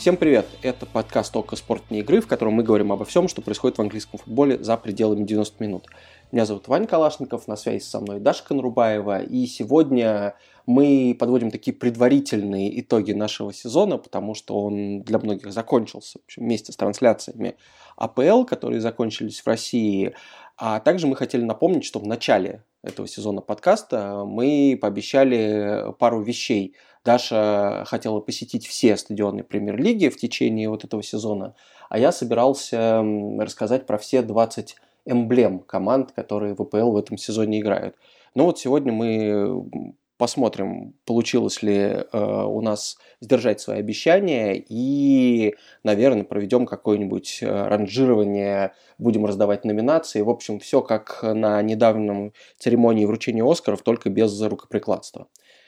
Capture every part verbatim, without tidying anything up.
Всем привет! Это подкаст «Только спорт не игры», в котором мы говорим обо всем, что происходит в английском футболе за пределами девяноста минут. Меня зовут Ваня Калашников, на связи со мной Даша Конрубаева, и сегодня мы подводим такие предварительные итоги нашего сезона, потому что он для многих закончился в общем, вместе с трансляциями АПЛ, которые закончились в России. А также мы хотели напомнить, что в начале этого сезона подкаста мы пообещали пару вещей. Даша хотела посетить все стадионы премьер-лиги в течение вот этого сезона, а я собирался рассказать про все двадцать эмблем команд, которые в АПЛ в этом сезоне играют. Ну вот сегодня мы посмотрим, получилось ли э, у нас сдержать свои обещания и, наверное, проведем какое-нибудь ранжирование, будем раздавать номинации. В общем, все как на недавнем церемонии вручения Оскаров, только без рукоприкладства.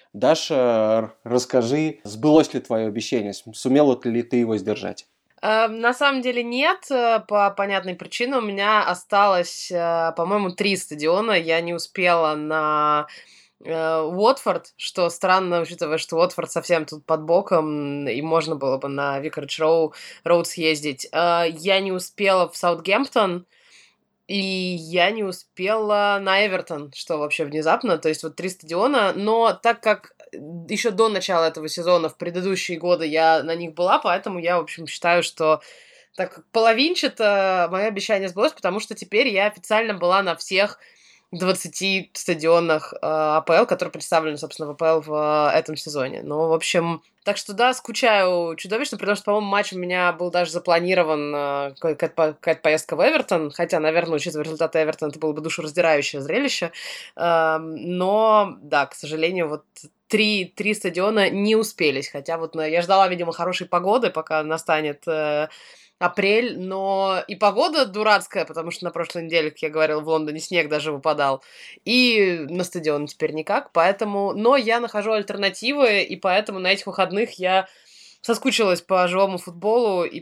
Даша, расскажи, сбылось ли твое обещание, сумела ли ты его сдержать? На самом деле нет, по понятной причине. У меня осталось, по-моему, три стадиона. Я не успела на Уотфорд, что странно, учитывая, что Уотфорд совсем тут под боком, и можно было бы на Викаредж Роуд съездить. Я не успела в Саутгемптон, и я не успела на Эвертон, что вообще внезапно. То есть вот три стадиона. Но так как еще до начала этого сезона, в предыдущие годы я на них была, поэтому я, в общем, считаю, что так половинчато мое обещание сбылось, потому что теперь я официально была на всех двадцати стадионах э, АПЛ, которые представлены, собственно, в АПЛ в э, этом сезоне. Ну, в общем, так что, да, скучаю чудовищно, потому что, по-моему, матч у меня был даже запланирован, э, какая-то, какая-то поездка в Эвертон, хотя, наверное, учитывая результаты Эвертона, это было бы душераздирающее зрелище. Э, но, да, к сожалению, вот три, три стадиона не успелись, хотя вот я ждала, видимо, хорошей погоды, пока настанет э, апрель, но и погода дурацкая, потому что на прошлой неделе, как я говорила, в Лондоне снег даже выпадал, и на стадион теперь никак, поэтому, но я нахожу альтернативы, и поэтому на этих выходных я соскучилась по живому футболу и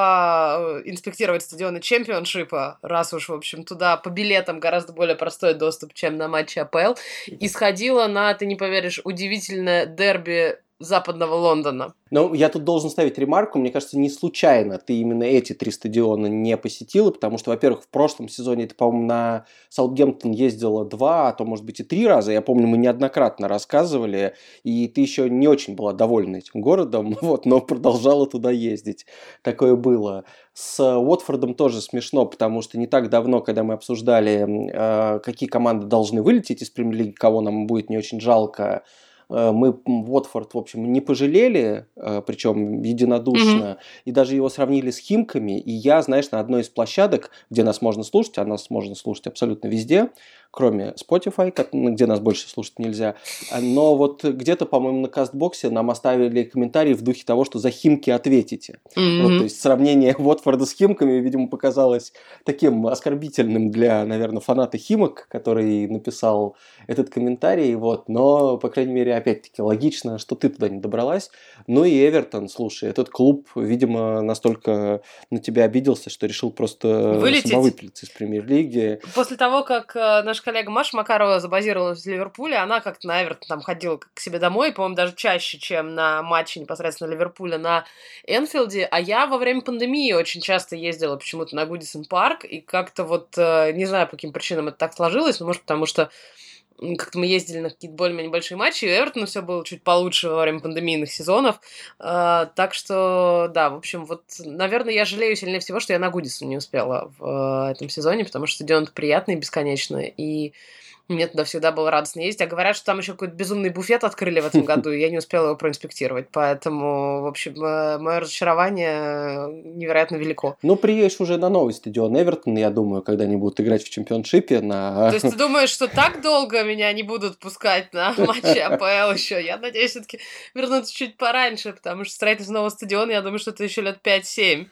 пошла инспектировать стадионы чемпионшипа, раз уж, в общем, туда по билетам гораздо более простой доступ, чем на матчи АПЛ, и сходила на, ты не поверишь, удивительное дерби западного Лондона. Ну, я тут должен ставить ремарку. Мне кажется, не случайно ты именно эти три стадиона не посетила, потому что, во-первых, в прошлом сезоне ты, по-моему, на Саутгемптон ездила два, а то, может быть, и три раза. Я помню, мы неоднократно рассказывали, и ты еще не очень была довольна этим городом, вот, но продолжала туда ездить. Такое было. С Уотфордом тоже смешно, потому что не так давно, когда мы обсуждали, э, какие команды должны вылететь из премьер-лиги, кого нам будет не очень жалко, мы Уотфорд, в общем, не пожалели, причем единодушно, mm-hmm. и даже его сравнили с Химками. И я, знаешь, на одной из площадок, где нас можно слушать, а нас можно слушать абсолютно везде, кроме Spotify, где нас больше слушать нельзя. Но вот где-то, по-моему, на Кастбоксе нам оставили комментарий в духе того, что за Химки ответите. Mm-hmm. Вот, то есть сравнение Уотфорда с Химками, видимо, показалось таким оскорбительным для, наверное, фаната Химок, который написал этот комментарий. Вот. Но, по крайней мере, опять-таки логично, что ты туда не добралась. Ну и Эвертон, слушай, этот клуб, видимо, настолько на тебя обиделся, что решил просто вылететь. Самовыпилиться из премьер-лиги. После того, как наш коллега Маша Макарова забазировалась в Ливерпуле, она как-то на Эвертон там ходила к себе домой, по-моему, даже чаще, чем на матче непосредственно Ливерпуля на Энфилде. А я во время пандемии очень часто ездила почему-то на Гудисон парк, и как-то вот, не знаю, по каким причинам это так сложилось, но, может, потому что как-то мы ездили на какие-то более-менее большие матчи, и у Эвертона все было чуть получше во время пандемийных сезонов. А, так что, да, в общем, вот, наверное, я жалею сильнее всего, что я на Гудисон не успела в а, этом сезоне, потому что стадион приятный бесконечно, и мне туда всегда было радостно ездить. А говорят, что там еще какой-то безумный буфет открыли в этом году, и я не успела его проинспектировать. Поэтому, в общем, мое разочарование невероятно велико. Ну, приедешь уже на новый стадион Эвертон, я думаю, когда они будут играть в чемпионшипе. На... То есть ты думаешь, что так долго меня не будут пускать на матчи АПЛ еще? Я надеюсь, все-таки вернуться чуть пораньше, потому что строительство нового стадиона, я думаю, что это еще лет пять-семь.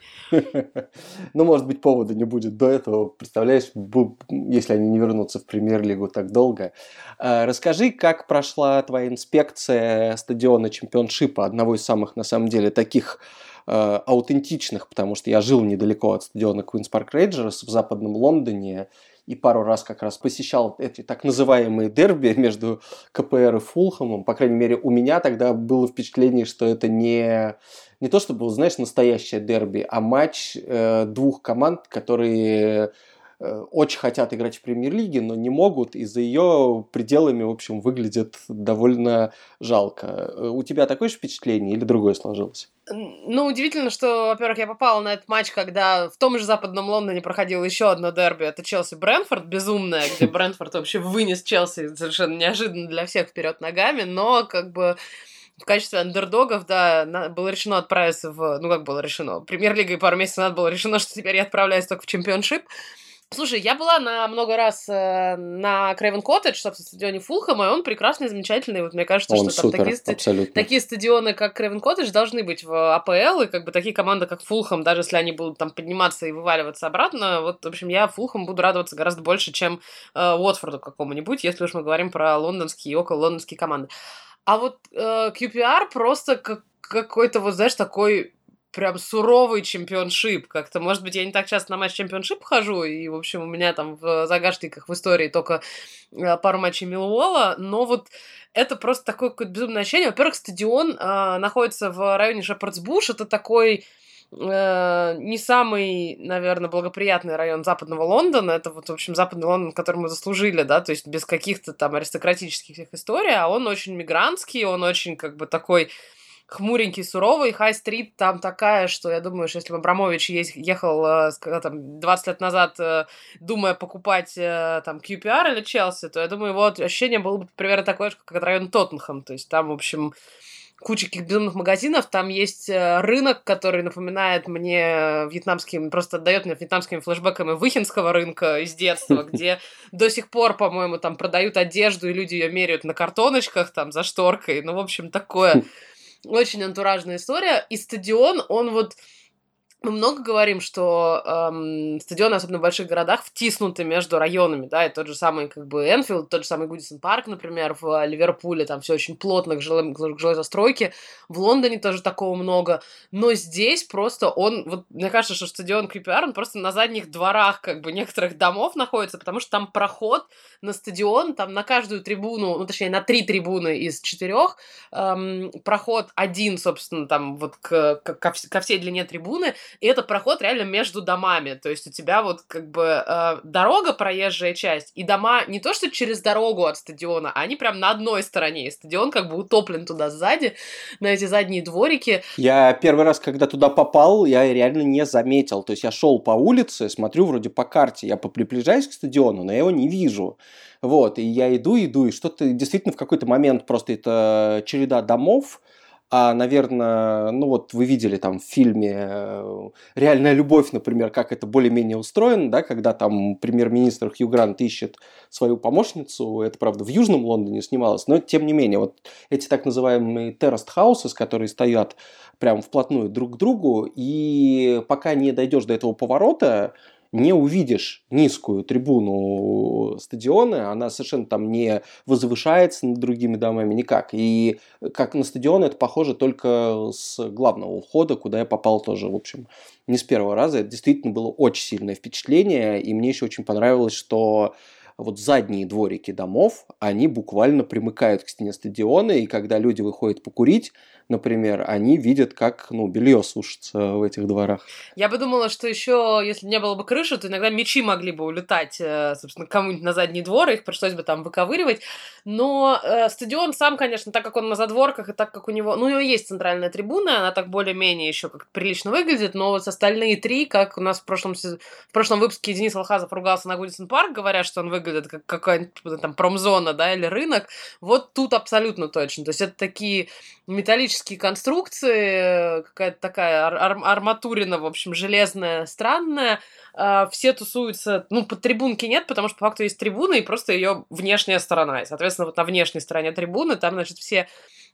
Ну, может быть, повода не будет до этого. Представляешь, если они не вернутся в премьер-лигу так долго. Расскажи, как прошла твоя инспекция стадиона чемпионшипа, одного из самых, на самом деле, таких э, аутентичных, потому что я жил недалеко от стадиона Queen's Park Rangers в западном Лондоне, и пару раз как раз посещал эти так называемые дерби между КПР и Фулхэмом. По крайней мере, у меня тогда было впечатление, что это не, не то чтобы, знаешь, настоящее дерби, а матч э, двух команд, которые э, очень хотят играть в премьер-лиге, но не могут, и за ее пределами, в общем, выглядит довольно жалко. У тебя такое же впечатление или другое сложилось? Ну, удивительно, что, во-первых, я попала на этот матч, когда в том же Западном Лондоне проходило еще одно дерби. Это Челси-Брентфорд, безумное, где Брентфорд вообще вынес Челси совершенно неожиданно для всех вперед ногами, но как бы в качестве андердогов, да, на, было решено отправиться в... Ну, как было решено? Премьер-лига и пару месяцев назад было решено, что теперь я отправляюсь только в чемпионшип. Слушай, я была на много раз э, на Крейвен Коттедж, собственно, стадионе Фулхэма, и он прекрасный, замечательный. Вот мне кажется, Он что там супер, такие, такие стадионы, как Крейвен Коттедж, должны быть в АПЛ, и как бы такие команды, как Фулхэм, даже если они будут там подниматься и вываливаться обратно, вот, в общем, я Фулхэм буду радоваться гораздо больше, чем э, Уотфорду какому-нибудь, если уж мы говорим про лондонские и около лондонские команды. А вот э, кью пи ар просто как какой-то, вот, знаешь, такой... прям суровый чемпионшип. Как-то, может быть, я не так часто на матч чемпионшип хожу, и, в общем, у меня там в загашниках в истории только пару матчей Миллуола, но вот это просто такое какое-то безумное ощущение. Во-первых, стадион э, находится в районе Шепардс-Буш, это такой э, не самый, наверное, благоприятный район западного Лондона, это вот, в общем, западный Лондон, который мы заслужили, да, то есть без каких-то там аристократических всех историй, а он очень мигрантский, он очень, как бы, такой хмуренький, суровый. Хай-стрит там такая, что я думаю, что если бы Абрамович ехал там, двадцать лет назад, думая покупать там кью пи ар или Челси, то я думаю, его ощущение было бы примерно такое же, как район Тоттенхэм. То есть там, в общем, куча каких-то безумных магазинов, там есть рынок, который напоминает мне вьетнамским, просто отдает мне вьетнамскими флешбэками Выхинского рынка из детства, где до сих пор, по-моему, там продают одежду, и люди ее меряют на картоночках, там, за шторкой. Ну, в общем, такое... Очень антуражная история. И стадион, он вот... Мы много говорим, что эм, стадионы, особенно в больших городах, втиснуты между районами, да, и тот же самый, как бы, Энфилд, тот же самый Гудисон Парк, например, в Ливерпуле, там все очень плотно к жилой, к жилой застройке, в Лондоне тоже такого много, но здесь просто он, вот, мне кажется, что стадион кью пи ар, он просто на задних дворах, как бы, некоторых домов находится, потому что там проход на стадион, там на каждую трибуну, ну, точнее, на три трибуны из четырех, эм, проход один, собственно, там, вот, к, к, ко, ко всей длине трибуны, и это проход реально между домами. То есть у тебя вот как бы э, дорога, проезжая часть, и дома не то что через дорогу от стадиона, а они прям на одной стороне. И стадион как бы утоплен туда сзади, на эти задние дворики. Я первый раз, когда туда попал, я реально не заметил. То есть я шел по улице, смотрю вроде по карте, я приближаюсь к стадиону, но я его не вижу. Вот, и я иду, иду, и что-то действительно в какой-то момент просто это череда домов. А, наверное, ну вот вы видели там в фильме «Реальная любовь», например, как это более-менее устроено, да, когда там премьер-министр Хью Грант ищет свою помощницу, это, правда, в Южном Лондоне снималось, но тем не менее, вот эти так называемые terraced houses, которые стоят прям вплотную друг к другу, и пока не дойдешь до этого поворота, не увидишь низкую трибуну стадиона, она совершенно там не возвышается над другими домами никак. И как на стадион это похоже только с главного входа, куда я попал тоже, в общем, не с первого раза. Это действительно было очень сильное впечатление, и мне еще очень понравилось, что вот задние дворики домов, они буквально примыкают к стене стадиона, и когда люди выходят покурить, например, они видят, как, ну, белье сушится в этих дворах. Я бы думала, что еще, если не было бы крыши, то иногда мячи могли бы улетать, собственно, кому-нибудь на задний двор, их пришлось бы там выковыривать. Но э, стадион сам, конечно, так как он на задворках, и так как у него... Ну, у него есть центральная трибуна, она так более-менее еще как-то прилично выглядит, но вот остальные три, как у нас в прошлом, в прошлом выпуске Денис Алхазов ругался на Гудисон Парк, говоря, что он выглядит как какая-нибудь там промзона, да, или рынок, вот тут абсолютно точно. То есть это такие металлические конструкции, какая-то такая ар- арматурина, в общем, железная, странная. Все тусуются, ну, под трибунки нет, потому что по факту есть трибуна и просто ее внешняя сторона. И, соответственно, вот на внешней стороне трибуны там, значит, все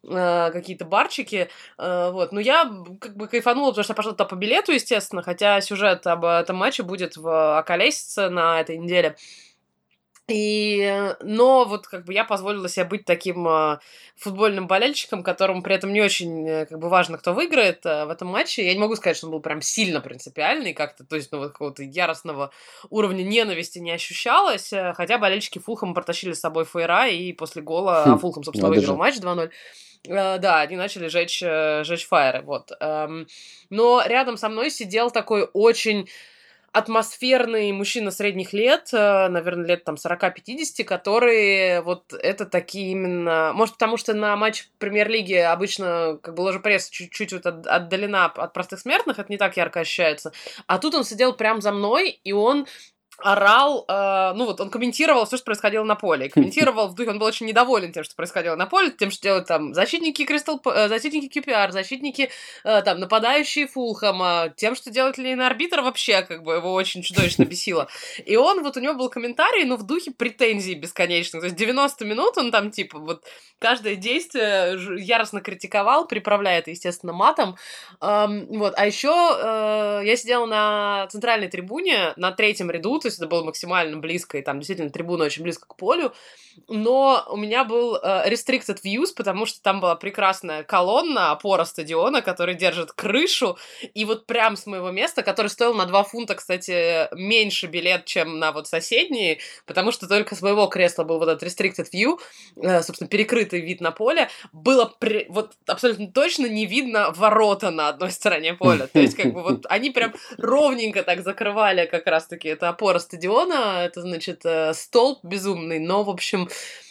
э, какие-то барчики, э, вот. Но я как бы кайфанула, потому что я пошла туда по билету, естественно, хотя сюжет об этом матче будет в околесице на этой неделе. И, но вот как бы я позволила себе быть таким э, футбольным болельщиком, которому при этом не очень э, как бы важно, кто выиграет э, в этом матче. Я не могу сказать, что он был прям сильно принципиальный как-то, то есть ну, вот какого-то яростного уровня ненависти не ощущалось, э, хотя болельщики Фулхэма протащили с собой фейра, и после гола, а Хм, Фулхэм, собственно, надо выиграл же. матч два ноль. Э, да, они начали жечь, э, жечь фаеры, вот. Эм, но рядом со мной сидел такой очень атмосферный мужчина средних лет, э, наверное, лет там сорок-пятьдесят, которые вот это такие именно... Может, потому что на матч премьер-лиги обычно как бы ложа пресса чуть-чуть вот от- отдалена от простых смертных, это не так ярко ощущается. А тут он сидел прямо за мной, и он орал, э, ну вот он комментировал все, что происходило на поле. И комментировал в духе, он был очень недоволен тем, что происходило на поле, тем, что делают там защитники Кристал, э, защитники кью пи ар, защитники э, там нападающие Фулхэма, тем, что делает линейный арбитр, вообще как бы его очень чудовищно бесило. И он, вот у него был комментарий, ну в духе претензий бесконечных. То есть девяносто минут он там типа вот каждое действие ж- яростно критиковал, приправляя это, естественно, матом. Эм, вот. А еще э, я сидела на центральной трибуне, на третьем ряду, то есть это было максимально близко, и там действительно трибуна очень близко к полю, но у меня был э, restricted views, потому что там была прекрасная колонна, опора стадиона, которая держит крышу, и вот прям с моего места, который стоил на два фунта, кстати, меньше билет, чем на вот соседние, потому что только с моего кресла был вот этот restricted view, э, собственно, перекрытый вид на поле, было при... вот абсолютно точно не видно ворота на одной стороне поля, то есть как бы вот они прям ровненько так закрывали как раз-таки это опора стадиона, это, значит, э, столб безумный, но, в общем,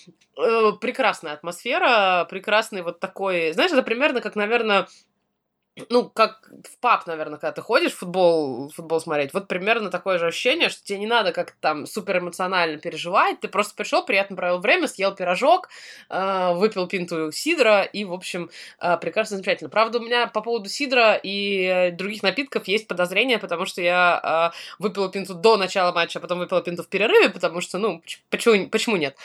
э, прекрасная атмосфера, прекрасный вот такой, знаешь, это примерно как, наверное, ну, как в паб, наверное, когда ты ходишь футбол, футбол смотреть, вот примерно такое же ощущение, что тебе не надо как-то там супер эмоционально переживать, ты просто пришел, приятно провел время, съел пирожок, э, выпил пинту сидра, и, в общем, э, прекрасно, замечательно. Правда, у меня по поводу сидра и э, других напитков есть подозрения, потому что я э, выпила пинту до начала матча, а потом выпила пинту в перерыве, потому что, ну, ч- почему, почему нет?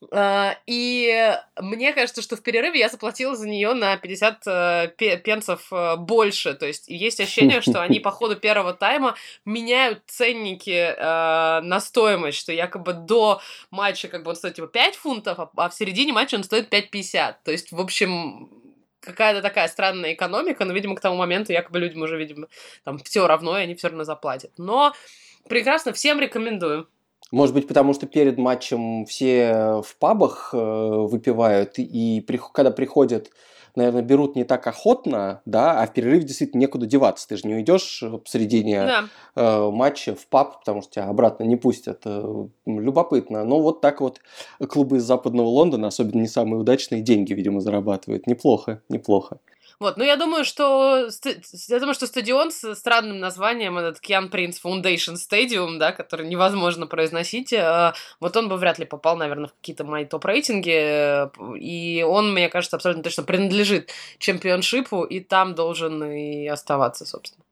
А, И мне кажется, что в перерыве я заплатила за нее на пятьдесят э, пе- пенсов э, больше. То есть есть ощущение, что они по ходу первого тайма меняют ценники э, на стоимость, что якобы до матча как бы он стоит типа пять фунтов, а а в середине матча он стоит пять пятьдесят. То есть, в общем, какая-то такая странная экономика, но, видимо, к тому моменту якобы людям уже, видимо, там все равно, и они все равно заплатят. Но прекрасно, всем рекомендую. Может быть, потому что перед матчем все в пабах э, выпивают, и при- когда приходят, наверное, берут не так охотно, да, а в перерыве действительно некуда деваться. Ты же не уйдешь посредине Да. э, матча в паб, потому что тебя обратно не пустят. Э, любопытно. Но вот так вот клубы из западного Лондона, особенно не самые удачные, деньги, видимо, зарабатывают. Неплохо, неплохо. Вот, ну я думаю, что ст- я думаю, что стадион с странным названием, этот Киан Принц Foundation Stadium, да, который невозможно произносить, э, вот он бы вряд ли попал, наверное, в какие-то мои топ-рейтинги, э, и он, мне кажется, абсолютно точно принадлежит чемпионшипу, и там должен и оставаться, собственно.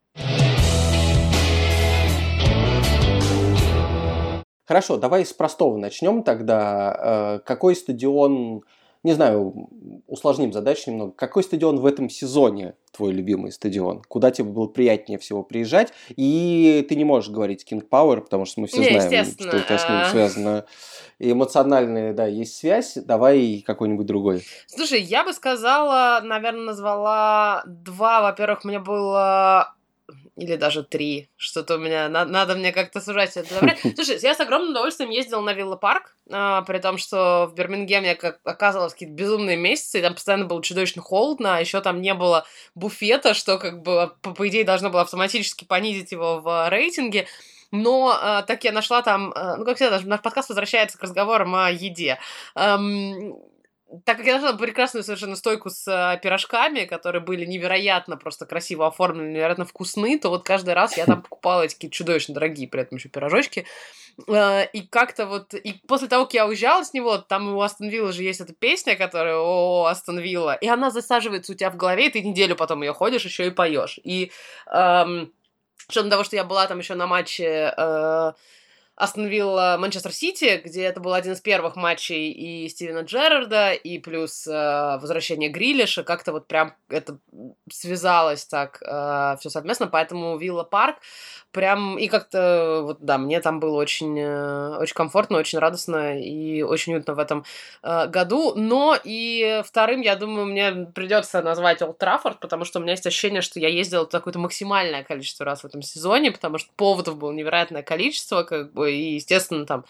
Хорошо, давай с простого начнем тогда. Э, Какой стадион, не знаю, усложним задачу немного. Какой стадион в этом сезоне твой любимый стадион? Куда тебе было приятнее всего приезжать? И ты не можешь говорить King Power, потому что мы все Не, знаем, что у тебя с ним естественно. э, связано эмоциональная, да, есть связь. Давай какой-нибудь другой. Слушай, я бы сказала, наверное, назвала два. Во-первых, мне было или даже три. Что-то у меня... на- Надо мне как-то сужать это время. Слушай, я с огромным удовольствием ездила на Вилла Парк, а, при том, что в Бирмингеме я как оказывалась какие-то безумные месяцы, и там постоянно было чудовищно холодно, а еще там не было буфета, что как бы, по, по идее, должно было автоматически понизить его в рейтинге. Но а, так я нашла там... а, ну, как всегда, наш подкаст возвращается к разговорам о еде. Ам, так как я нашла прекрасную совершенно стойку с э, пирожками, которые были невероятно просто красиво оформлены, невероятно вкусны, то вот каждый раз я там покупала эти какие-то чудовищно дорогие при этом еще пирожочки. Э, И как-то вот... И после того, как я уезжала с него, там у Астон Вилла же есть эта песня, которая «О, Астон Вилла», и она засаживается у тебя в голове, и ты неделю потом ее ходишь, еще и поешь. И... эм, Что до того, что я была там еще на матче э, Астон Вилла Манчестер Сити, где это был один из первых матчей и Стивена Джеррарда, и плюс э, возвращение Грилиша, как-то вот прям это связалось так э, все совместно, поэтому Вилла Парк прям, и как-то, вот да, мне там было очень, э, очень комфортно, очень радостно и очень уютно в этом э, году, но и вторым, я думаю, мне придется назвать Олд Траффорд, потому что у меня есть ощущение, что я ездила какое-то максимальное количество раз в этом сезоне, потому что поводов было невероятное количество, как бы, и, естественно, там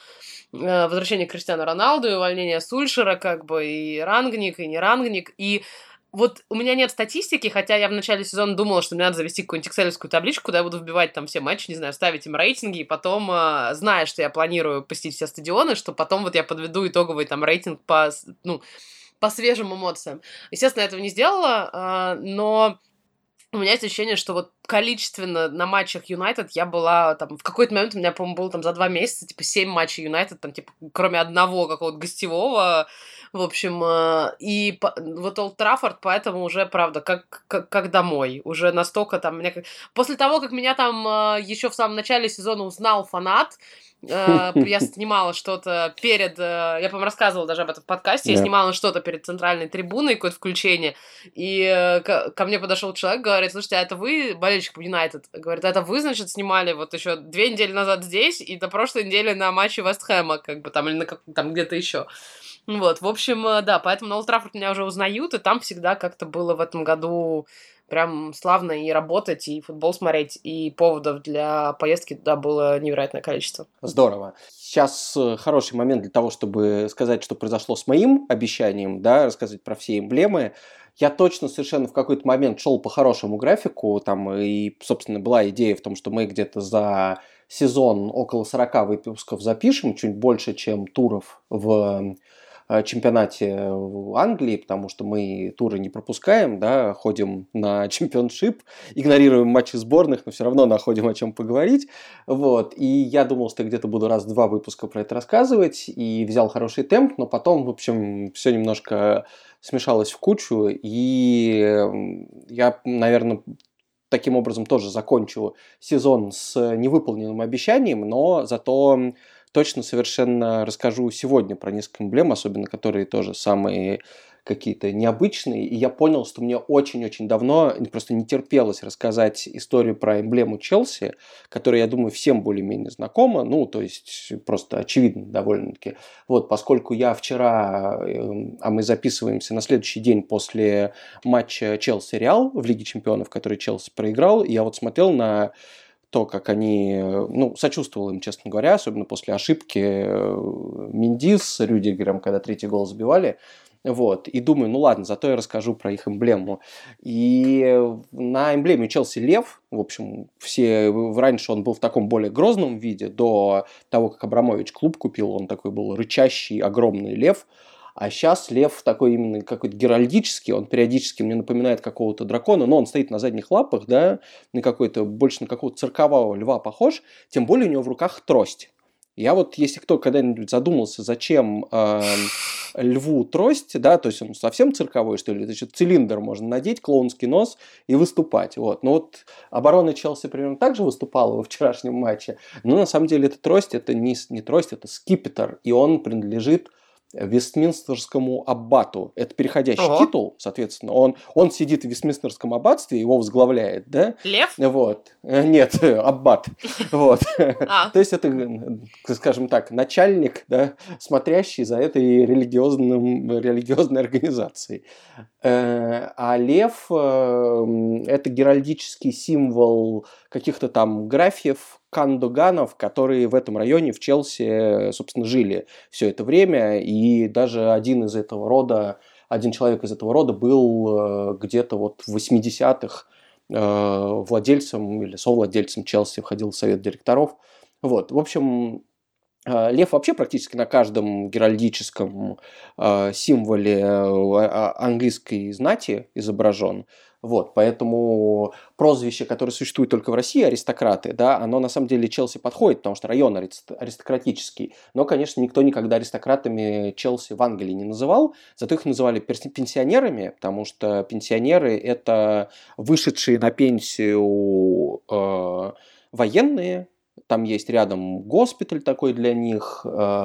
э, возвращение Криштиану Роналду, и увольнение Сульшера, как бы, и рангник, и не рангник, и вот у меня нет статистики, хотя я в начале сезона думала, что мне надо завести какую-нибудь экселевскую табличку, куда я буду вбивать там все матчи, не знаю, ставить им рейтинги, и потом, э, зная, что я планирую посетить все стадионы, что потом вот я подведу итоговый там рейтинг по, ну, по свежим эмоциям. Естественно, я этого не сделала, э, но у меня есть ощущение, что вот количественно на матчах Юнайтед я была там... В какой-то момент у меня, по-моему, было там за два месяца, типа, семь матчей Юнайтед, там, типа, кроме одного какого-то гостевого. В общем, э, и по, вот Олд Траффорд, поэтому уже, правда, как, как, как домой. Уже настолько там... Меня, после того, как меня там э, еще в самом начале сезона узнал фанат, Uh, я снимала что-то перед... Uh, я, по-моему, рассказывала даже об этом в подкасте. Yeah. Я снимала что-то перед центральной трибуной, какое-то включение. И uh, ко, ко мне подошел человек, говорит: слушайте, а это вы, болельщик Юнайтед? Говорит, это вы, значит, снимали вот еще две недели назад здесь и до прошлой недели на матче Вест Хэма, как бы там, или на, там где-то еще. Вот, в общем, да, поэтому на Олд Траффорд меня уже узнают, и там всегда как-то было в этом году прям славно и работать, и футбол смотреть, и поводов для поездки туда было невероятное количество. Здорово. Сейчас хороший момент для того, чтобы сказать, что произошло с моим обещанием, да, рассказать про все эмблемы. Я точно совершенно в какой-то момент шел по хорошему графику, там, и, собственно, была идея в том, что мы где-то за сезон около сорок выпусков запишем, чуть больше, чем туров в чемпионате в Англии, потому что мы туры не пропускаем, да, ходим на чемпионшип, игнорируем матчи сборных, но все равно находим о чем поговорить. Вот. И я думал, что где-то буду раз-два выпуска про это рассказывать, и взял хороший темп, но потом, в общем, все немножко смешалось в кучу, и я, наверное, таким образом тоже закончу сезон с невыполненным обещанием, но зато точно совершенно расскажу сегодня про несколько эмблем, особенно которые тоже самые какие-то необычные. И я понял, что мне очень-очень давно просто не терпелось рассказать историю про эмблему Челси, которая, я думаю, всем более-менее знакома. Ну, то есть просто очевидно довольно-таки. Вот, поскольку я вчера, а мы записываемся на следующий день после матча Челси-Реал в Лиге Чемпионов, который Челси проиграл, и я вот смотрел на то, как они, ну, сочувствовал им, честно говоря, особенно после ошибки Менди с Рюдигером, когда третий гол забивали. Вот. И думаю, ну ладно, зато я расскажу про их эмблему. И на эмблеме Челси лев. В общем, все раньше он был в таком более грозном виде, до того, как Абрамович клуб купил, он такой был рычащий, огромный лев. А сейчас лев такой именно какой-то геральдический, он периодически мне напоминает какого-то дракона, но он стоит на задних лапах, да, на какой-то, больше на какого-то циркового льва похож, тем более у него в руках трость. Я вот, если кто когда-нибудь задумался, зачем э, льву трость, да, то есть он совсем цирковой, что ли, значит, цилиндр можно надеть, клоунский нос и выступать, вот. Но вот оборона Челси примерно так же выступала во вчерашнем матче, но на самом деле эта трость, это не, не трость, это скипетр, и он принадлежит Вестминстерскому аббату. Это переходящий Ого. титул, соответственно. Он, он сидит в Вестминстерском аббатстве, его возглавляет, да? Лев? Вот. Нет, аббат. Вот. То есть это, скажем так, начальник, да, смотрящий за этой религиозной организацией. А лев – это геральдический символ каких-то там графьев, кандоганов, которые в этом районе, в Челси, собственно, жили все это время. И даже один из этого рода, один человек из этого рода был где-то вот в восьмидесятых владельцем или совладельцем Челси, входил в совет директоров. Вот. В общем, лев вообще практически на каждом геральдическом символе английской знати изображен. Вот, поэтому прозвище, которое существует только в России, аристократы, да, оно на самом деле Челси подходит, потому что район аристократический. Но, конечно, никто никогда аристократами Челси в Англии не называл, зато их называли пенсионерами, потому что пенсионеры – это вышедшие на пенсию э, военные, там есть рядом госпиталь такой для них.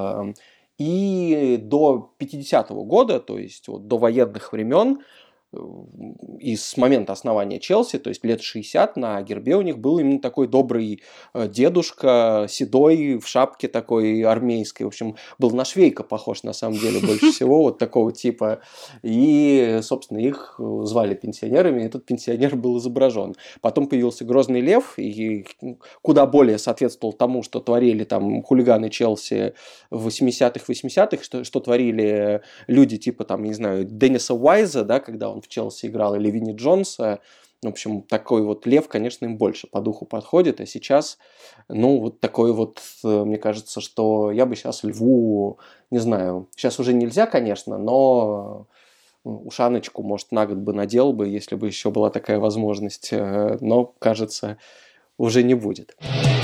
И до пятидесятого года, то есть вот до военных времен, и с момента основания Челси, то есть лет шестьдесят, на гербе у них был именно такой добрый дедушка, седой, в шапке такой армейской. В общем, был на Швейка похож, на самом деле, больше всего, вот такого типа. И, собственно, их звали пенсионерами, и этот пенсионер был изображен. Потом появился Грозный Лев, и куда более соответствовал тому, что творили там хулиганы Челси в восьмидесятых, восьмидесятых, что, что творили люди типа, там, не знаю, Денниса Уайза, да, когда он в Челси играл, или Винни Джонса. В общем, такой вот Лев, конечно, им больше по духу подходит. А сейчас, ну, вот такой вот, мне кажется, что я бы сейчас Льву, не знаю, сейчас уже нельзя, конечно, но ушаночку, может, на год бы надел бы, если бы еще была такая возможность. Но, кажется, уже не будет.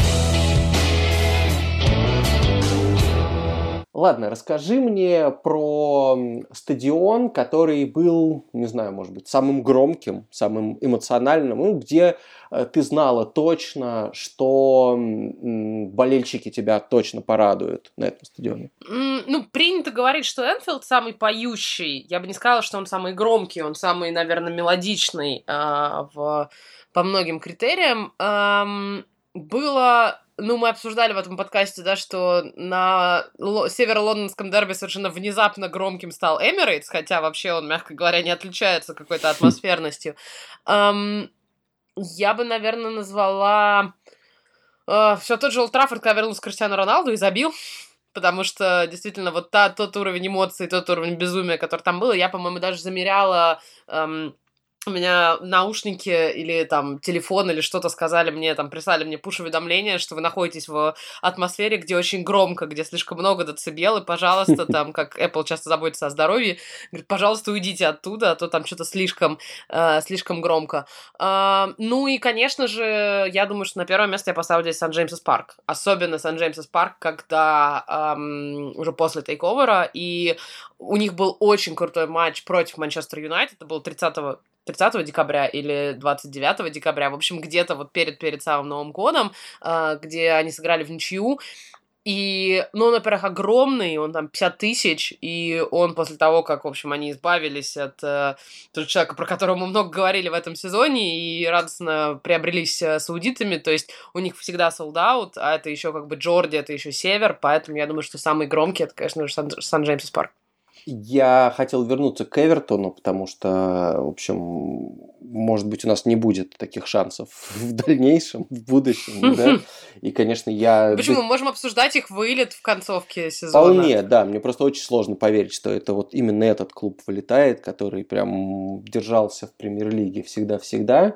Ладно, расскажи мне про стадион, который был, не знаю, может быть, самым громким, самым эмоциональным, ну, где ты знала точно, что болельщики тебя точно порадуют на этом стадионе. Mm, ну, принято говорить, что Энфилд самый поющий. Я бы не сказала, что он самый громкий, он самый, наверное, мелодичный э, в, по многим критериям. Эм, было... Ну, мы обсуждали в этом подкасте, да, что на Л- северо-лондонском дерби совершенно внезапно громким стал Эмирейтс, хотя вообще он, мягко говоря, не отличается какой-то атмосферностью. Um, я бы, наверное, назвала uh, все тот же Олд Траффорд, когда вернулся Криштиану Роналду и забил, потому что действительно вот та, тот уровень эмоций, тот уровень безумия, который там был, я, по-моему, даже замеряла... Um, у меня наушники или там телефон или что-то сказали мне, там прислали мне пуш-уведомление, что вы находитесь в атмосфере, где очень громко, где слишком много децибел, и, пожалуйста, там, как Apple часто заботится о здоровье, говорит, пожалуйста, уйдите оттуда, а то там что-то слишком, э, слишком громко. Э, ну и, конечно же, я думаю, что на первое место я поставлю здесь Сан-Джеймс'с Парк. Особенно Сан-Джеймс'с Парк, когда эм, уже после тейковера, и у них был очень крутой матч против Манчестер Юнайтед, это был тридцатого декабря или двадцать девятого декабря, в общем, где-то вот перед, перед самым Новым годом, э, где они сыграли в ничью. И, ну, он, во-первых, огромный, он там пятьдесят тысяч, и он после того, как, в общем, они избавились от э, того человека, про которого мы много говорили в этом сезоне, и радостно приобрелись э, саудитами, то есть у них всегда солд-аут, а это еще как бы Джорди, это еще север, поэтому я думаю, что самый громкий, это, конечно же, Сан- Сан-Джеймс'с Парк. Я хотел вернуться к Эвертону, потому что, в общем, может быть, у нас не будет таких шансов в дальнейшем, в будущем, да. И, конечно, я... Почему? Мы можем обсуждать их вылет в концовке сезона. Вполне, да. Мне просто очень сложно поверить, что это вот именно этот клуб вылетает, который прям держался в премьер-лиге всегда-всегда.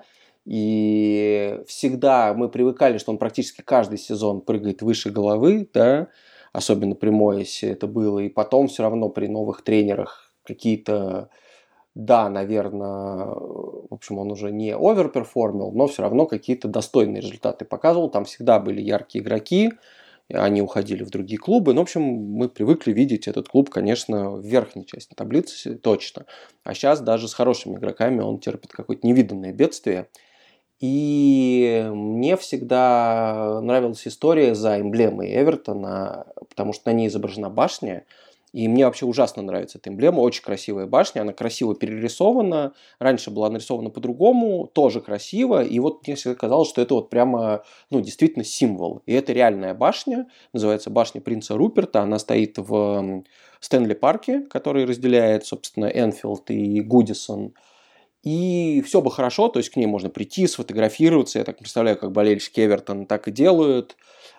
И всегда мы привыкали, что он практически каждый сезон прыгает выше головы, да, особенно при Моэсе это было, и потом все равно при новых тренерах какие-то, да, наверное, в общем, он уже не оверперформил, но все равно какие-то достойные результаты показывал, там всегда были яркие игроки, они уходили в другие клубы, но, в общем, мы привыкли видеть этот клуб, конечно, в верхней части таблицы, точно, а сейчас даже с хорошими игроками он терпит какое-то невиданное бедствие. И мне всегда нравилась история за эмблемой Эвертона, потому что на ней изображена башня. И мне вообще ужасно нравится эта эмблема. Очень красивая башня, она красиво перерисована. Раньше была нарисована по-другому, тоже красиво. И вот мне всегда казалось, что это вот прямо, ну, действительно символ. И это реальная башня, называется башня принца Руперта. Она стоит в Стэнли-парке, который разделяет, собственно, Энфилд и Гудисон. И все бы хорошо, то есть к ней можно прийти, сфотографироваться. Я так представляю, как болельщики Эвертона так и делают.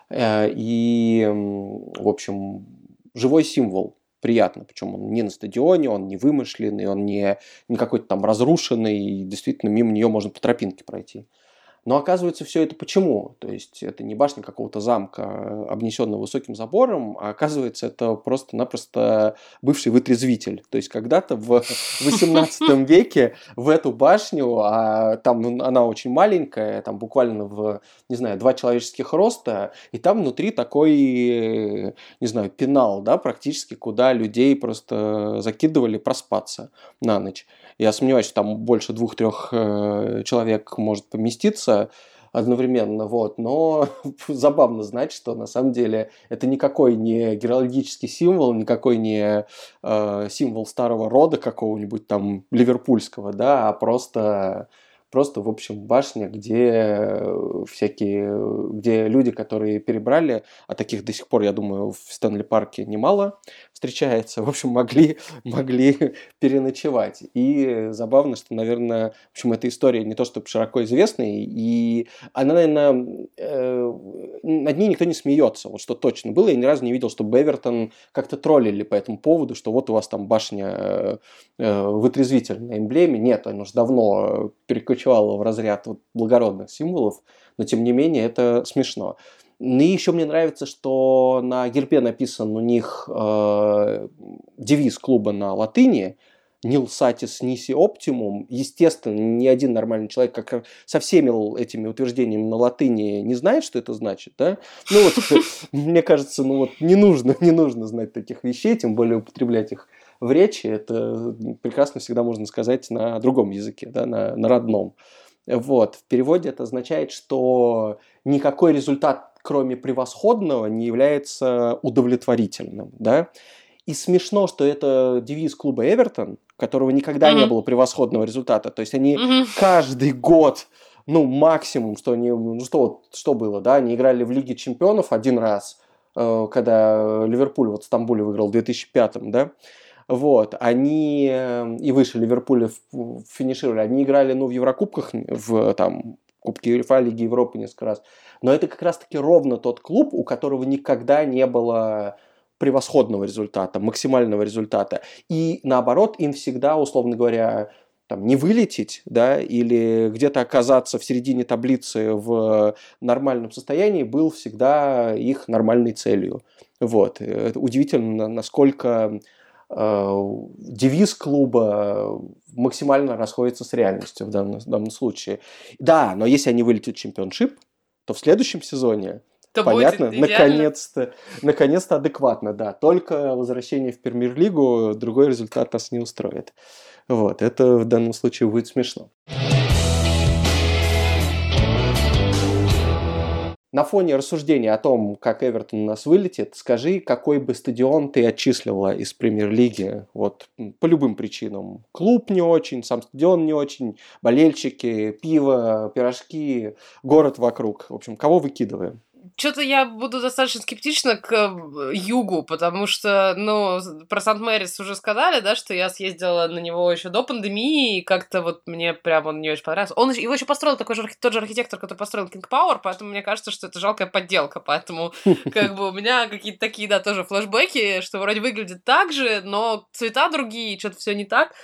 И, в общем, живой символ. Приятно. Причем он не на стадионе, он не вымышленный, он не, не какой-то там разрушенный. И действительно, мимо нее можно по тропинке пройти. Но оказывается, все это почему? То есть это не башня какого-то замка, обнесенного высоким забором, а оказывается, это просто-напросто бывший вытрезвитель. То есть когда-то в восемнадцатом веке в эту башню, а там она очень маленькая, там буквально в, не знаю, два человеческих роста, и там внутри такой, не знаю, пенал, да, практически, куда людей просто закидывали проспаться на ночь. Я сомневаюсь, что там больше двух-трех человек может поместиться. одновременно, вот, но забавно знать, что на самом деле это никакой не геральдический символ, никакой не э, символ старого рода какого-нибудь там ливерпульского, да, а просто... Просто, в общем, башня, где всякие, где люди, которые перебрали, а таких до сих пор, я думаю, в Стэнли-парке немало встречается, в общем, могли, могли переночевать. И забавно, что, наверное, в общем, эта история не то чтобы широко известная, и она, наверное, э, над ней никто не смеется, вот что точно было. Я ни разу не видел, чтобы Эвертон как-то троллили по этому поводу, что вот у вас там башня э, вытрезвитель на эмблеме. Нет, она уже давно переключилась в разряд вот благородных символов, но тем не менее это смешно. И еще мне нравится, что на гербе написан у них э, девиз клуба на латыни «Nil satis nisi optimum». Естественно, ни один нормальный человек, как со всеми этими утверждениями на латыни, не знает, что это значит, да? Ну вот, мне кажется, ну вот не нужно, не нужно знать таких вещей, тем более употреблять их в речи. Это прекрасно всегда можно сказать на другом языке, да, на, на родном. Вот. В переводе это означает, что никакой результат, кроме превосходного, не является удовлетворительным, да. И смешно, что это девиз клуба Эвертон, у которого никогда mm-hmm. не было превосходного результата. То есть они mm-hmm. каждый год, ну, максимум, что они, ну, что, что было, да, они играли в Лиге чемпионов один раз, когда Ливерпуль вот в Стамбуле выиграл в две тысячи пятом, да. Вот, они и выше Ливерпуля финишировали, они играли, ну, в Еврокубках, в там Кубке УЕФА, Лиге Европы несколько раз, но это как раз-таки ровно тот клуб, у которого никогда не было превосходного результата, максимального результата, и наоборот, им всегда, условно говоря, там, не вылететь, да, или где-то оказаться в середине таблицы в нормальном состоянии был всегда их нормальной целью. Вот, это удивительно, насколько девиз клуба максимально расходится с реальностью в данном, в данном случае. Да, но если они вылетят в чемпионшип, то в следующем сезоне, то понятно, наконец-то, наконец-то адекватно, да. Только возвращение в Премьер-лигу, другой результат нас не устроит. Вот, это в данном случае будет смешно. На фоне рассуждения о том, как Эвертон у нас вылетит, скажи, какой бы стадион ты отчислила из Премьер-лиги, вот, по любым причинам. Клуб не очень, сам стадион не очень, болельщики, пиво, пирожки, город вокруг. В общем, кого выкидываем? Что-то я буду достаточно скептична к югу, потому что, ну, про Сант-Мэрис уже сказали, да, что я съездила на него еще до пандемии, и как-то вот мне прям он не очень понравился. Он, его еще построил такой же, тот же архитектор, который построил King Power, поэтому мне кажется, что это жалкая подделка, поэтому как бы у меня какие-то такие, да, тоже флешбеки, что вроде выглядит так же, но цвета другие, что-то все не так.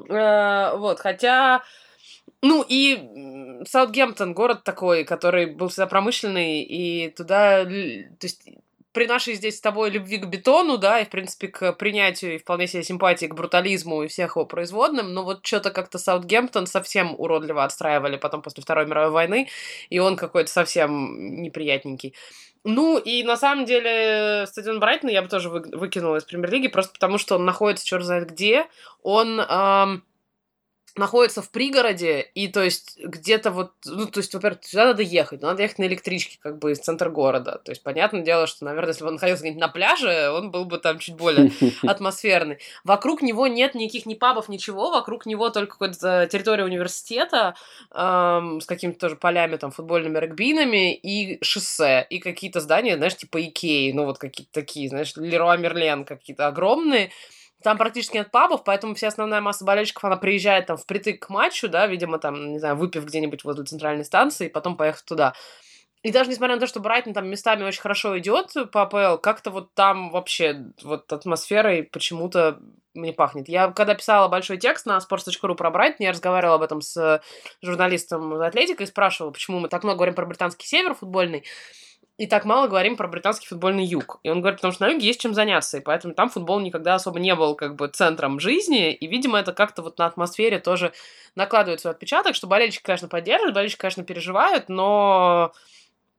Вот, хотя... Ну, и Саутгемптон, город такой, который был всегда промышленный, и туда, то есть, при нашей здесь с тобой любви к бетону, да, и, в принципе, к принятию и вполне себе симпатии к брутализму и всех его производным, но вот что-то как-то Саутгемптон совсем уродливо отстраивали потом после Второй мировой войны, и он какой-то совсем неприятненький. Ну, и на самом деле стадион Брайтона я бы тоже вы, выкинула из Премьер-лиги, просто потому что он находится черт знает где, он... Эм, находится в пригороде, и, то есть, где-то вот, ну, то есть, во-первых, сюда надо ехать, но надо ехать на электричке, как бы, из центра города. То есть, понятное дело, что, наверное, если бы он находился где-нибудь на пляже, он был бы там чуть более атмосферный. Вокруг него нет никаких ни пабов, ничего, вокруг него только какая-то территория университета эм, с какими-то тоже полями, там, футбольными регбинами и шоссе, и какие-то здания, знаешь, типа Икеи, ну, вот какие-то такие, знаешь, Леруа Мерлен какие-то огромные. Там практически нет пабов, поэтому вся основная масса болельщиков, она приезжает там впритык к матчу, да, видимо, там, не знаю, выпив где-нибудь возле центральной станции, и потом поехать туда. И даже несмотря на то, что Брайтон там местами очень хорошо идет по АПЛ, как-то вот там вообще вот атмосферой почему-то не пахнет. Я когда писала большой текст на sports точка ru про Брайтон, я разговаривала об этом с журналистом из Атлетика и спрашивала, почему мы так много говорим про британский север футбольный, и так мало говорим про британский футбольный юг. И он говорит, потому что на юге есть чем заняться, и поэтому там футбол никогда особо не был как бы центром жизни, и, видимо, это как-то вот на атмосфере тоже накладывает свой отпечаток, что болельщики, конечно, поддерживают, болельщики, конечно, переживают, но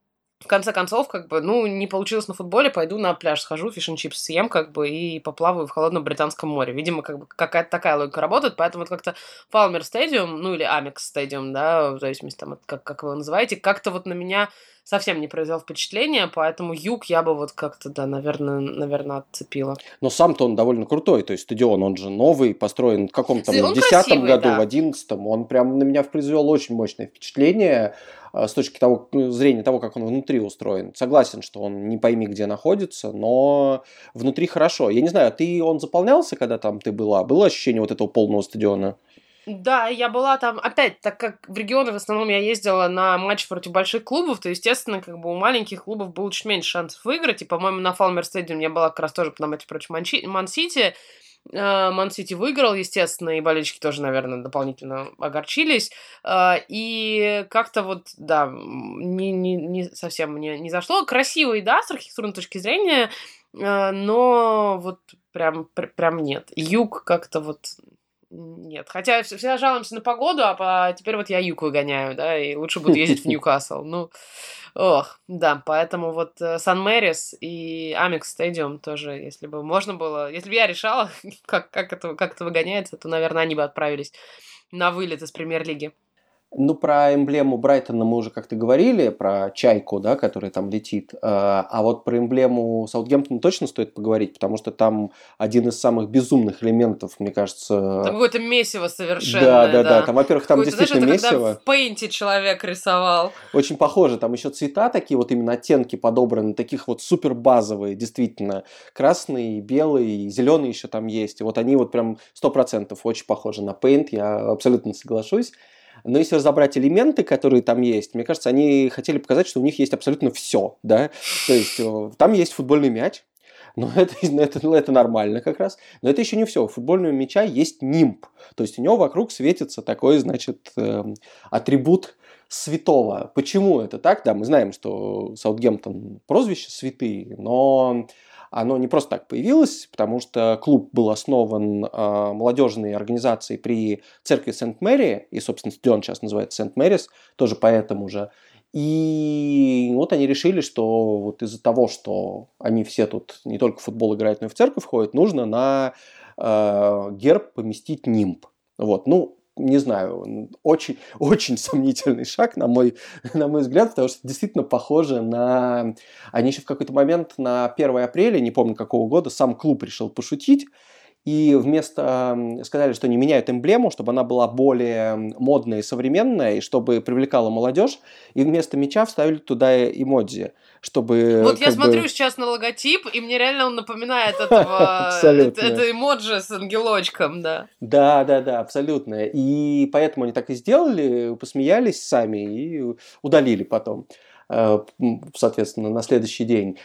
в конце концов, как бы, ну, не получилось на футболе, пойду на пляж схожу, фиш-н-чипс съем, как бы, и поплаваю в холодном Британском море. Видимо, как бы, какая-то такая логика работает, поэтому вот как-то Palmer Stadium, ну, или Amex Stadium, да, в зависимости, там, от, как, как вы его называете, как-то вот на меня совсем не произвел впечатление, поэтому юг я бы вот как-то, да, наверное, наверное, отцепила. Но сам-то он довольно крутой, то есть стадион, он же новый, построен в каком-то там, в десятом году, да. в одиннадцатом, он прям на меня произвел очень мощное впечатление с точки того, зрения того, как он внутри устроен. Согласен, что он не пойми где находится, но внутри хорошо. Я не знаю, ты он заполнялся, когда там ты была? Было ощущение вот этого полного стадиона? Да, я была там, опять, так как в регионы в основном я ездила на матчи против больших клубов, то, естественно, как бы у маленьких клубов было чуть меньше шансов выиграть, и, по-моему, на Palmer Stadium я была как раз тоже на матче против Ман-Сити. Ман-Сити выиграл, естественно, и болельщики тоже, наверное, дополнительно огорчились, и как-то вот, да, не, не, не совсем мне не зашло. Красивый, да, с архитектурной точки зрения, но вот прям, прям нет. Юг как-то вот... Нет, хотя всегда жалуемся на погоду, а теперь вот я юг выгоняю, да, и лучше буду ездить в Ньюкасл. Ну, ох, да, поэтому вот Сан-Мэрис и Амекс Стадиум тоже, если бы можно было, если бы я решала, как, как, это, как это выгоняется, то, наверное, они бы отправились на вылет из премьер-лиги. Ну, про эмблему Брайтона мы уже как-то говорили, про чайку, да, которая там летит. А вот про эмблему Саутгемптона точно стоит поговорить, потому что там один из самых безумных элементов, мне кажется... Там какое-то месиво совершенное, да. Да, да, да. Там, во-первых, там какое-то, действительно знаешь, это месиво. Когда в пейнте человек рисовал. Очень похоже. Там еще цвета такие, вот именно оттенки подобраны, таких вот супер базовые, действительно. Красный, белый, зеленый еще там есть. И вот они вот прям сто процентов очень похожи на Paint, я абсолютно соглашусь. Но если разобрать элементы, которые там есть, мне кажется, они хотели показать, что у них есть абсолютно все, да. То есть там есть футбольный мяч, но это, это, это нормально как раз. Но это еще не все. У футбольного мяча есть нимб. То есть у него вокруг светится такой, значит, э, атрибут святого. Почему это так? Да, мы знаем, что Саутгемптон прозвище святые, но... Оно не просто так появилось, потому что клуб был основан э, молодежной организацией при церкви Сент-Мэри, и, собственно, стадион сейчас называется Сент-Мэрис, тоже поэтому же. И вот они решили, что вот из-за того, что они все тут не только в футбол играют, но и в церковь ходят, нужно на э, герб поместить нимб. Вот, ну, не знаю, очень, очень сомнительный шаг, на мой, на мой взгляд, потому что действительно похоже на... Они еще в какой-то момент на первое апреля, не помню какого года, сам клуб решил пошутить, и вместо... Сказали, что не меняют эмблему, чтобы она была более модная и современная, и чтобы привлекала молодежь, и вместо мяча вставили туда эмодзи, чтобы... Вот я бы... смотрю сейчас на логотип, и мне реально он напоминает этого... Это эмоджи с ангелочком, да. Да, да, да, абсолютно. И поэтому они так и сделали, посмеялись сами и удалили потом, соответственно, на следующий день.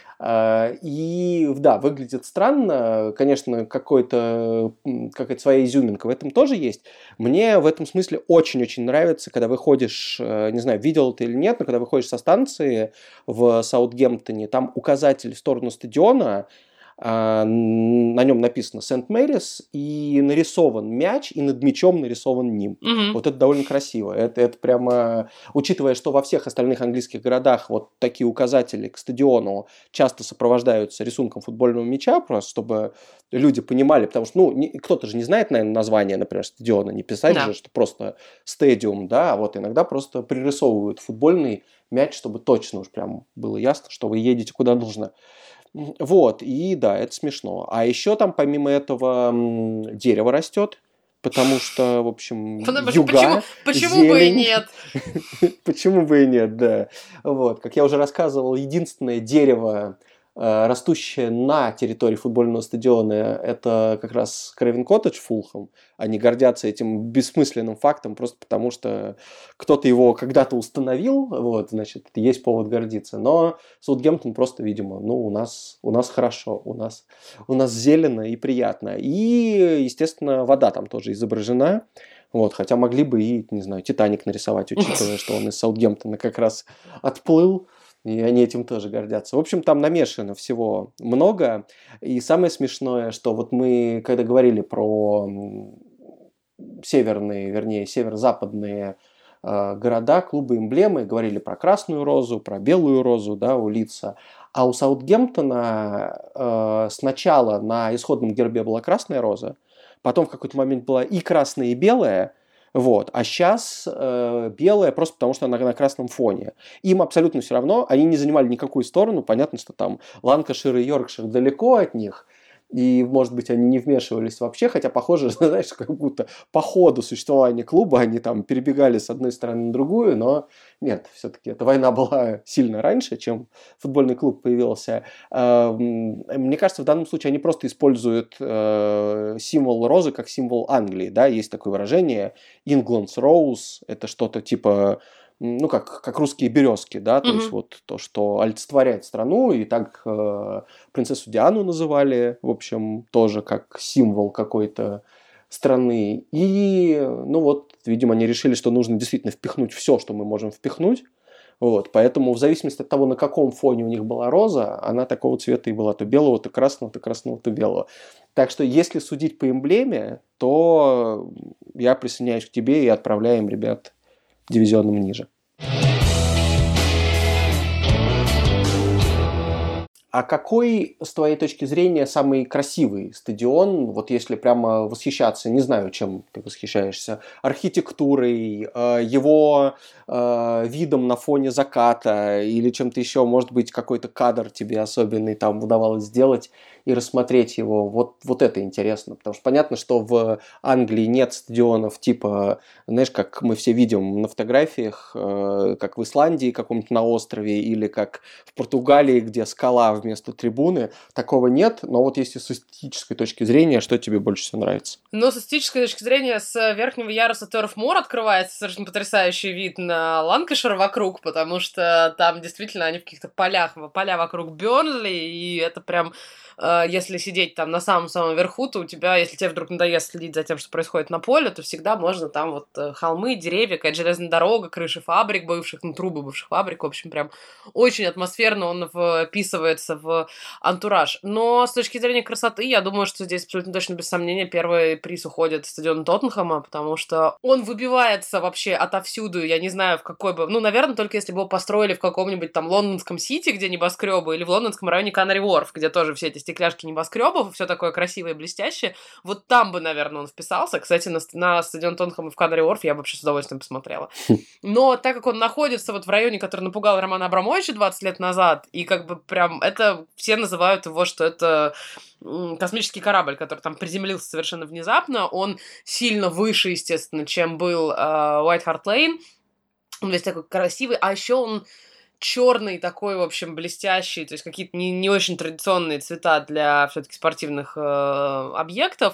И да, выглядит странно, конечно, какой-то, какая-то своя изюминка в этом тоже есть. Мне в этом смысле очень-очень нравится, когда выходишь, не знаю, видел ты или нет, но когда выходишь со станции в Саутгемптоне, там указатель в сторону стадиона, на нем написано Сент-Мэрис, и нарисован мяч, и над мячом нарисован нимб. Угу. Вот это довольно красиво. Это, это прямо, учитывая, что во всех остальных английских городах вот такие указатели к стадиону часто сопровождаются рисунком футбольного мяча, просто чтобы люди понимали, потому что, ну, не, кто-то же не знает, наверное, название, например, стадиона, не писать да. же, что просто стадиум, да, а вот иногда просто пририсовывают футбольный мяч, чтобы точно уж прям было ясно, что вы едете куда нужно. Вот, и да, это смешно. А еще там помимо этого дерево растет, потому что, в общем, потому, юга, почему, почему зелень. бы и нет? Почему бы и нет, да. Вот, как я уже рассказывал, единственное дерево, растущее на территории футбольного стадиона, это как раз Крейвен Коттедж Фулхэм. Они гордятся этим бессмысленным фактом просто потому, что кто-то его когда-то установил, вот, значит, есть повод гордиться. Но Саутгемптон просто, видимо, ну, у нас, у нас хорошо, у нас, у нас зелено и приятно. И, естественно, вода там тоже изображена. Вот, хотя могли бы и, не знаю, Титаник нарисовать, учитывая, что он из Саутгемптона как раз отплыл. И они этим тоже гордятся. В общем, там намешано всего много. И самое смешное, что вот мы, когда говорили про северные, вернее, северо-западные э, города, клубы, эмблемы, говорили про красную розу, про белую розу, да, у Лидса. А у Саутгемптона э, сначала на исходном гербе была красная роза, потом в какой-то момент была и красная, и белая, вот. А сейчас э, белая просто потому, что она на красном фоне. Им абсолютно все равно, они не занимали никакую сторону. Понятно, что там Ланкашир и Йоркшир далеко от них, и, может быть, они не вмешивались вообще, хотя, похоже, знаешь, как будто по ходу существования клуба они там перебегали с одной стороны на другую, но нет, все-таки эта война была сильно раньше, чем футбольный клуб появился. Мне кажется, в данном случае они просто используют символ розы как символ Англии, да, есть такое выражение England's Rose, это что-то типа... ну, как, как русские березки, да, то mm-hmm. есть вот то, что олицетворяет страну, и так э, принцессу Диану называли, в общем, тоже как символ какой-то страны. И, ну вот, видимо, они решили, что нужно действительно впихнуть все, что мы можем впихнуть, вот, поэтому в зависимости от того, на каком фоне у них была роза, она такого цвета и была, то белого, то красного, то красного, то белого. Так что, если судить по эмблеме, то я присоединяюсь к тебе и отправляем ребят дивизионом ниже. А какой, с твоей точки зрения, самый красивый стадион, вот если прямо восхищаться, не знаю, чем ты восхищаешься, архитектурой, его видом на фоне заката или чем-то еще, может быть, какой-то кадр тебе особенный там удавалось сделать и рассмотреть его, вот, вот это интересно, потому что понятно, что в Англии нет стадионов типа, знаешь, как мы все видим на фотографиях, как в Исландии каком-то на острове или как в Португалии, где скала вместо трибуны, такого нет, но вот если с эстетической точки зрения, что тебе больше всего нравится? Ну, с эстетической точки зрения, с верхнего яруса Turf Moor открывается совершенно потрясающий вид на Ланкашир вокруг, потому что там действительно они в каких-то полях, поля вокруг Бёрнли, и это прям, э, если сидеть там на самом-самом верху, то у тебя, если тебе вдруг надоест следить за тем, что происходит на поле, то всегда можно там вот холмы, деревья, какая-то железная дорога, крыши фабрик бывших, ну, трубы бывших фабрик, в общем, прям очень атмосферно он вписывается в антураж. Но с точки зрения красоты, я думаю, что здесь абсолютно точно без сомнения первый приз уходит в стадион Тоттенхэма, потому что он выбивается вообще отовсюду, я не знаю, в какой бы... Ну, наверное, только если бы его построили в каком-нибудь там лондонском Сити, где небоскребы, или в лондонском районе Канари-Уорф, где тоже все эти стекляшки небоскребов, все такое красивое и блестящее. Вот там бы, наверное, он вписался. Кстати, на, на стадион Тоттенхэма в Канари-Уорф я бы вообще с удовольствием посмотрела. Но так как он находится вот в районе, который напугал Романа Абрамовича двадцать лет назад, и как бы прям это... Все называют его, что это космический корабль, который там приземлился совершенно внезапно. Он сильно выше, естественно, чем был э, White Hart Lane. Он весь такой красивый, а еще он черный такой, в общем, блестящий, то есть какие-то не, не очень традиционные цвета для все-таки спортивных э, объектов.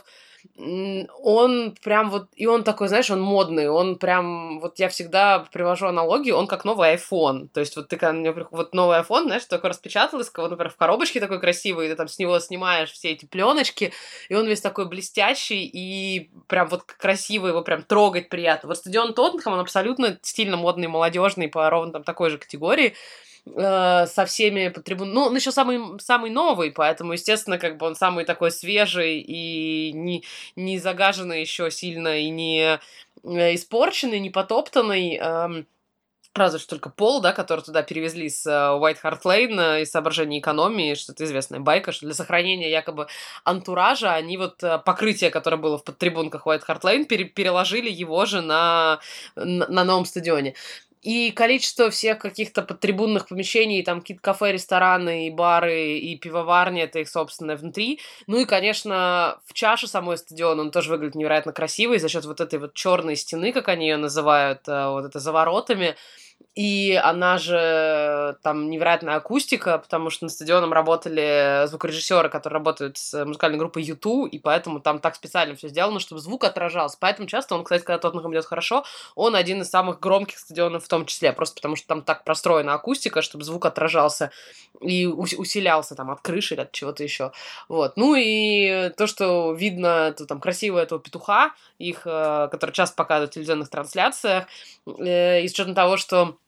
Он прям вот, и он такой, знаешь, он модный, он прям, вот я всегда привожу аналогию, он как новый iPhone, то есть вот ты, когда вот новый iPhone, знаешь, такой распечаталось, вот, например, в коробочке такой красивый, и ты там с него снимаешь все эти пленочки, и он весь такой блестящий, и прям вот красивый, его прям трогать приятно. Вот стадион Тоттенхэм, он абсолютно стильно модный, молодежный, по ровно там такой же категории, со всеми по трибун... Ну, он еще самый, самый новый, поэтому, естественно, как бы он самый такой свежий и не, не загаженный еще сильно, и не испорченный, не потоптанный. Разве что только пол, да, который туда перевезли с White Hart Lane из соображений экономии, что это известная байка, что для сохранения якобы антуража они вот покрытие, которое было в подтрибунках White Hart Lane, пере- переложили его же на, на, на новом стадионе. И количество всех каких-то подтрибунных помещений, там какие-то кафе, рестораны, и бары, и пивоварни, это их собственное внутри. Ну и, конечно, в чаше самой стадиона он тоже выглядит невероятно красивый за счет вот этой вот черной стены, как они ее называют, вот это за воротами. И она же там невероятная акустика, потому что на стадионе работали звукорежиссеры, которые работают с музыкальной группой ю ту, и поэтому там так специально все сделано, чтобы звук отражался. Поэтому часто он, кстати, когда Тоттенхэм идет хорошо, он один из самых громких стадионов в том числе, просто потому что там так простроена акустика, чтобы звук отражался и усилялся там от крыши или от чего-то еще. Вот. Ну и то, что видно, то там красиво этого петуха, их, который часто показывают в телевизионных трансляциях, и с учетом того, что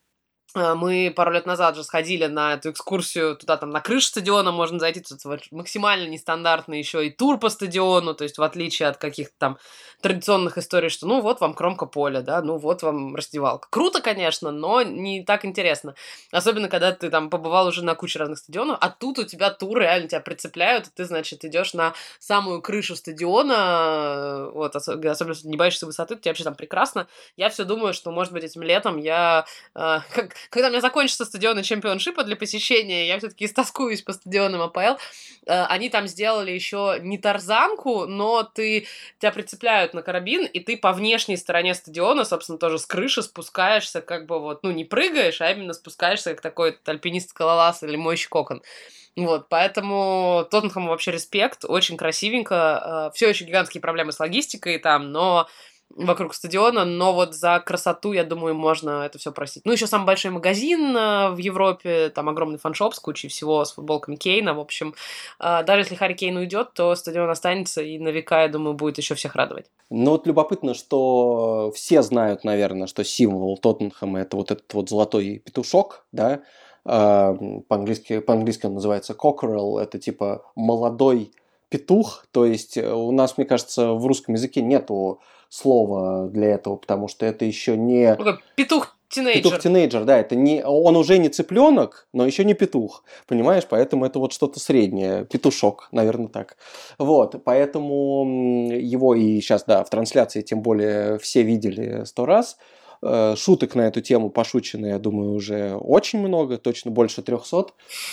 Мы пару лет назад же сходили на эту экскурсию, туда там на крышу стадиона можно зайти, тут максимально нестандартный еще и тур по стадиону, то есть в отличие от каких-то там традиционных историй, что ну вот вам кромка поля, да, ну вот вам раздевалка. Круто, конечно, но не так интересно. Особенно, когда ты там побывал уже на куче разных стадионов, а тут у тебя тур, реально тебя прицепляют, и ты, значит, идешь на самую крышу стадиона, вот, особенно, если не боишься высоты, то тебе вообще там прекрасно. Я все думаю, что, может быть, этим летом я, э, как, когда у меня закончатся стадионы чемпионшипа для посещения, я все-таки истаскуюсь по стадионам АПЛ. Э, они там сделали еще не тарзанку, но ты, тебя прицепляют на карабин, и ты по внешней стороне стадиона, собственно, тоже с крыши спускаешься, как бы вот, ну, не прыгаешь, а именно спускаешься, как такой альпинист-скалолаз или мойщик окон. Вот, поэтому Тоттенхэму вообще респект, очень красивенько. Все еще гигантские проблемы с логистикой там, но вокруг стадиона, но вот за красоту, я думаю, можно это все простить. Ну, еще самый большой магазин в Европе, там огромный фаншоп с кучей всего, с футболками Кейна, в общем. Даже если Харри Кейн уйдет, то стадион останется, и на века, я думаю, будет еще всех радовать. Ну, вот любопытно, что все знают, наверное, что символ Тоттенхэма – это вот этот вот золотой петушок, да, по-английски, по-английски он называется cockerel, это типа молодой петух, то есть у нас, мне кажется, в русском языке нету слова для этого, потому что это еще не... Петух-тинейджер. Петух-тинейджер, да, это не... он уже не цыпленок, но еще не петух, понимаешь, поэтому это вот что-то среднее, петушок, наверное, так. Вот, поэтому его и сейчас, да, в трансляции тем более все видели сто раз. Шуток на эту тему пошучено, я думаю, уже очень много, точно больше трехсот,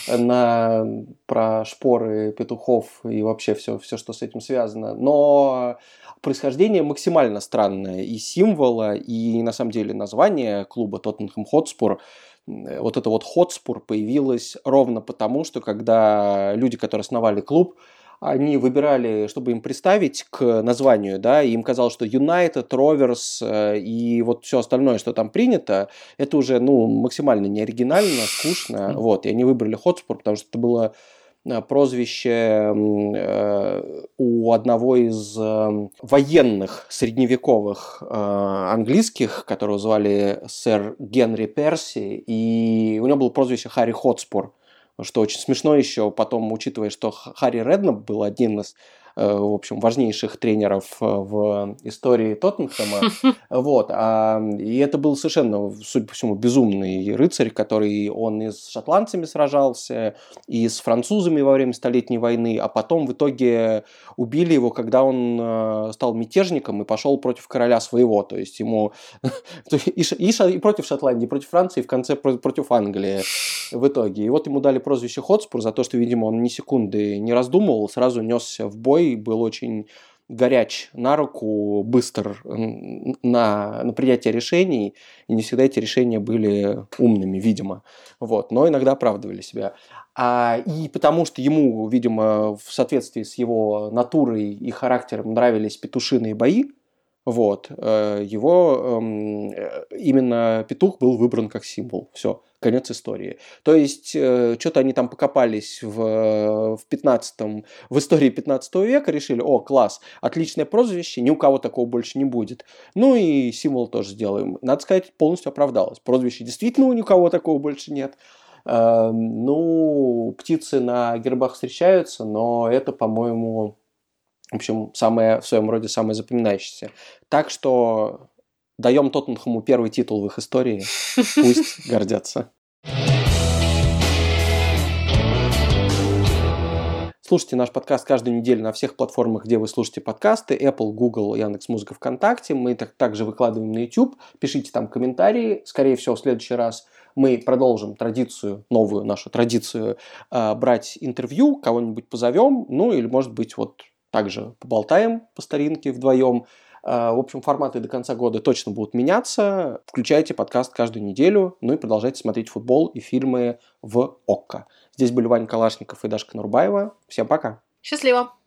на, про шпоры петухов и вообще все, все, что с этим связано. Но происхождение максимально странное и символа, и на самом деле название клуба Тоттенхэм Хотспур, вот это вот Хотспур появилось ровно потому, что когда люди, которые основали клуб, они выбирали, чтобы им представить к названию, да, и им казалось, что United, Rovers и вот все остальное, что там принято, это уже, ну, максимально неоригинально, скучно, вот, и они выбрали Хотспур, потому что это было прозвище у одного из военных средневековых английских, которого звали сэр Генри Перси, и у него было прозвище Харри Хотспур. Что очень смешно еще, потом, учитывая, что Харри Реднап был один из, в общем, важнейших тренеров в истории Тоттенхэма. Вот. А, и это был совершенно, судя по всему, безумный рыцарь, который он и с шотландцами сражался, и с французами во время Столетней войны, а потом в итоге убили его, когда он стал мятежником и пошел против короля своего. То есть ему и, и, и против Шотландии, и против Франции, и в конце против Англии в итоге. И вот ему дали прозвище Хотспур за то, что, видимо, он ни секунды не раздумывал, сразу несся в бой, был очень горяч на руку, быстр на, на принятие решений, и не всегда эти решения были умными, видимо. Вот, но иногда оправдывали себя. А, и потому что ему, видимо, в соответствии с его натурой и характером нравились петушиные бои, вот, его именно петух был выбран как символ. Все, конец истории. То есть, что-то они там покопались в, в пятнадцатом, в истории пятнадцатого века, решили, о, класс, отличное прозвище, ни у кого такого больше не будет. Ну и символ тоже сделаем. Надо сказать, полностью оправдалось. Прозвище действительно ни у кого такого больше нет. Ну, птицы на гербах встречаются, но это, по-моему... В общем, самое, в своем роде самое запоминающееся. Так что даем Тоттенхэму первый титул в их истории. Пусть гордятся. Слушайте наш подкаст каждую неделю на всех платформах, где вы слушаете подкасты. Apple, Google, Яндекс.Музыка, ВКонтакте. Мы так, также выкладываем на YouTube. Пишите там комментарии. Скорее всего, в следующий раз мы продолжим традицию, новую нашу традицию, э, брать интервью, кого-нибудь позовем. Ну, или, может быть, вот... Также поболтаем по старинке вдвоем. В общем, форматы до конца года точно будут меняться. Включайте подкаст каждую неделю. Ну и продолжайте смотреть футбол и фильмы в ОККО. Здесь были Ваня Калашников и Дашка Нурбаева. Всем пока. Счастливо.